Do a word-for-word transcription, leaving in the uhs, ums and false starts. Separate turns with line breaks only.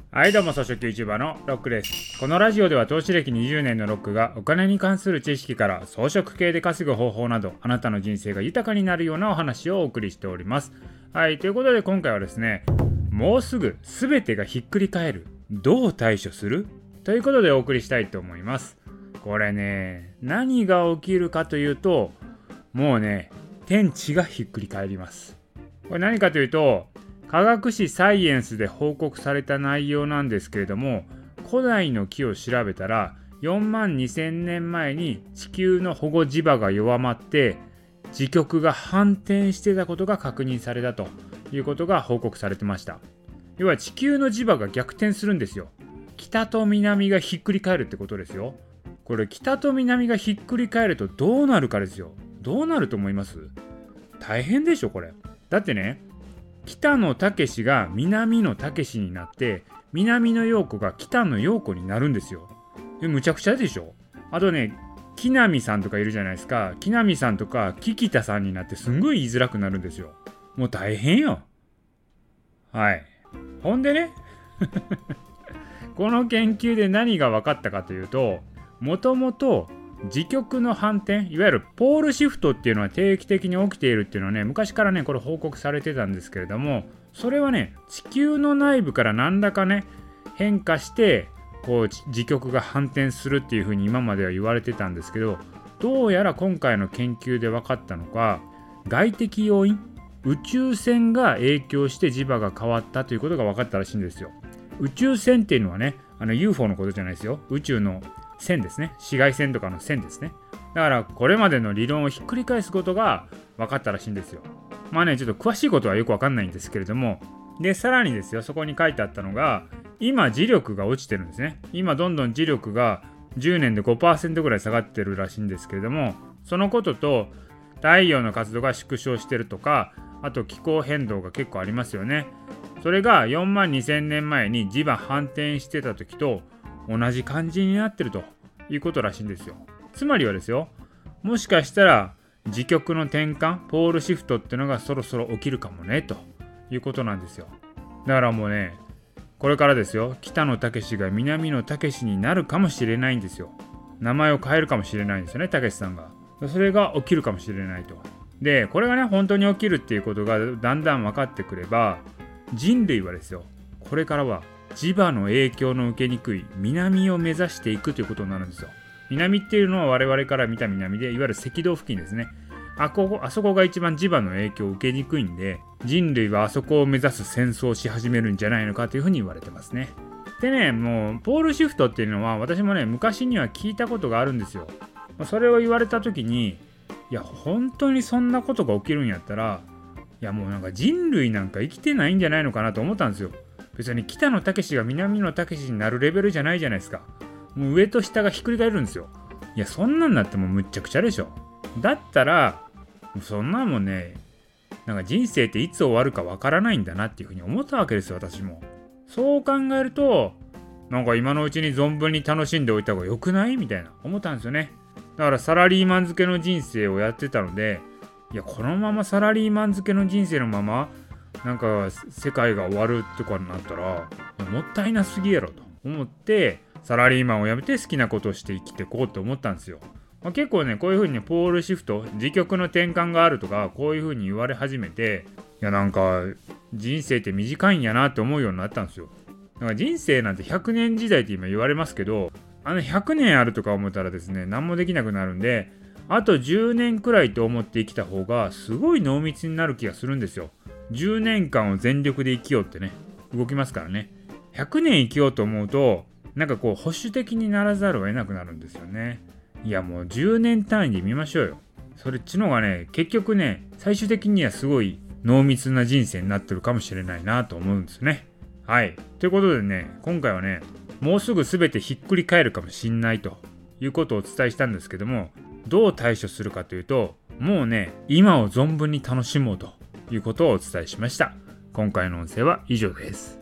はいどうも、草食 YouTuber のロックです。このラジオでは投資歴にじゅうねんのロックがお金に関する知識から装飾系で稼ぐ方法など、あなたの人生が豊かになるようなお話をお送りしております。はい、ということで今回はですね、もうすぐ全てがひっくり返る、どう対処するということでお送りしたいと思います。これね、何が起きるかというと、もうね、天地がひっくり返ります。これ何かというと、科学誌サイエンスで報告された内容なんですけれども、古代の木を調べたらよんまんにせんねんまえに地球の保護磁場が弱まって磁極が反転してたことが確認されたということが報告されてました。要は地球の磁場が逆転するんですよ。北と南がひっくり返るってことですよ。これ北と南がひっくり返るとどうなるかですよ。どうなると思います？大変でしょこれ。だってね、北野武が南野武になって、南野陽子が北野陽子になるんですよ。え、むちゃくちゃでしょ。あとね、木南さんとかいるじゃないですか。木南さんとか木北さんになってすんごい言いづらくなるんですよ。もう大変よ。はい。ほんでねこの研究で何が分かったかというと、もともと磁極の反転、いわゆるポールシフトっていうのは定期的に起きているっていうのはね、昔からねこれ報告されてたんですけれども、それはね地球の内部から何らかね変化してこう磁極が反転するっていう風に今までは言われてたんですけど、どうやら今回の研究で分かったのか、外的要因、宇宙線が影響して磁場が変わったということが分かったらしいんですよ。宇宙線っていうのはね、あの ユーフォー のことじゃないですよ。宇宙の線ですね。紫外線とかの線ですね。だからこれまでの理論をひっくり返すことが分かったらしいんですよ。まあね、ちょっと詳しいことはよく分かんないんですけれども、でさらにですよ、そこに書いてあったのが、今磁力が落ちてるんですね。今どんどん磁力がじゅうねんで ごパーセント ぐらい下がってるらしいんですけれども、そのことと太陽の活動が縮小してるとか、あと気候変動が結構ありますよね。それがよんまんにせんねんまえに磁場反転してた時と同じ感じになってるということらしいんですよ。つまりはですよ、もしかしたら磁極の転換、ポールシフトっていうのがそろそろ起きるかもねということなんですよ。だからもうね、これからですよ、北野武が南野武になるかもしれないんですよ。名前を変えるかもしれないんですよね、武さんが。それが起きるかもしれないと。で、これがね本当に起きるっていうことがだんだん分かってくれば、人類はですよ、これからは磁場の影響の受けにくい南を目指していくということになるんですよ。南っていうのは我々から見た南で、いわゆる赤道付近ですね。あここ、あそこが一番磁場の影響を受けにくいんで、人類はあそこを目指す戦争をし始めるんじゃないのかというふうに言われてますね。でね、もうポールシフトっていうのは私もね昔には聞いたことがあるんですよ。それを言われた時に、いや本当にそんなことが起きるんやったら、いやもうなんか人類なんか生きてないんじゃないのかなと思ったんですよ。別に北野武が南野武になるレベルじゃないじゃないですか。もう上と下がひっくり返るんですよ。いやそんなんなってもむっちゃくちゃでしょ。だったらそんなもんね、なんか人生っていつ終わるかわからないんだなっていうふうに思ったわけですよ、私も。そう考えると、なんか今のうちに存分に楽しんでおいた方が良くないみたいな思ったんですよね。だからサラリーマン付けの人生をやってたので、いやこのままサラリーマン付けの人生のままなんか世界が終わるとかになったらもったいなすぎやろと思って、サラリーマンを辞めて好きなことをして生きていこうと思ったんですよ。まあ、結構ねこういう風にねポールシフト、磁極の転換があるとかこういう風に言われ始めて、いやなんか人生って短いんやなって思うようになったんですよ。だから人生なんてひゃくねん時代って今言われますけど、あのひゃくねんあるとか思ったらですね、何もできなくなるんで、あとじゅうねんくらいと思って生きた方がすごい濃密になる気がするんですよ。じゅうねんかんを全力で生きようってね、動きますからね。ひゃくねん生きようと思うと、なんかこう保守的にならざるを得なくなるんですよね。いやもうじゅうねん単位で見ましょうよ。それっちのがね、結局ね、最終的にはすごい濃密な人生になってるかもしれないなと思うんですね。はい。ということでね、今回はね、もうすぐ全てひっくり返るかもしんないということをお伝えしたんですけども、どう対処するかというと、もうね、今を存分に楽しもうということをお伝えしました。今回の音声は以上です。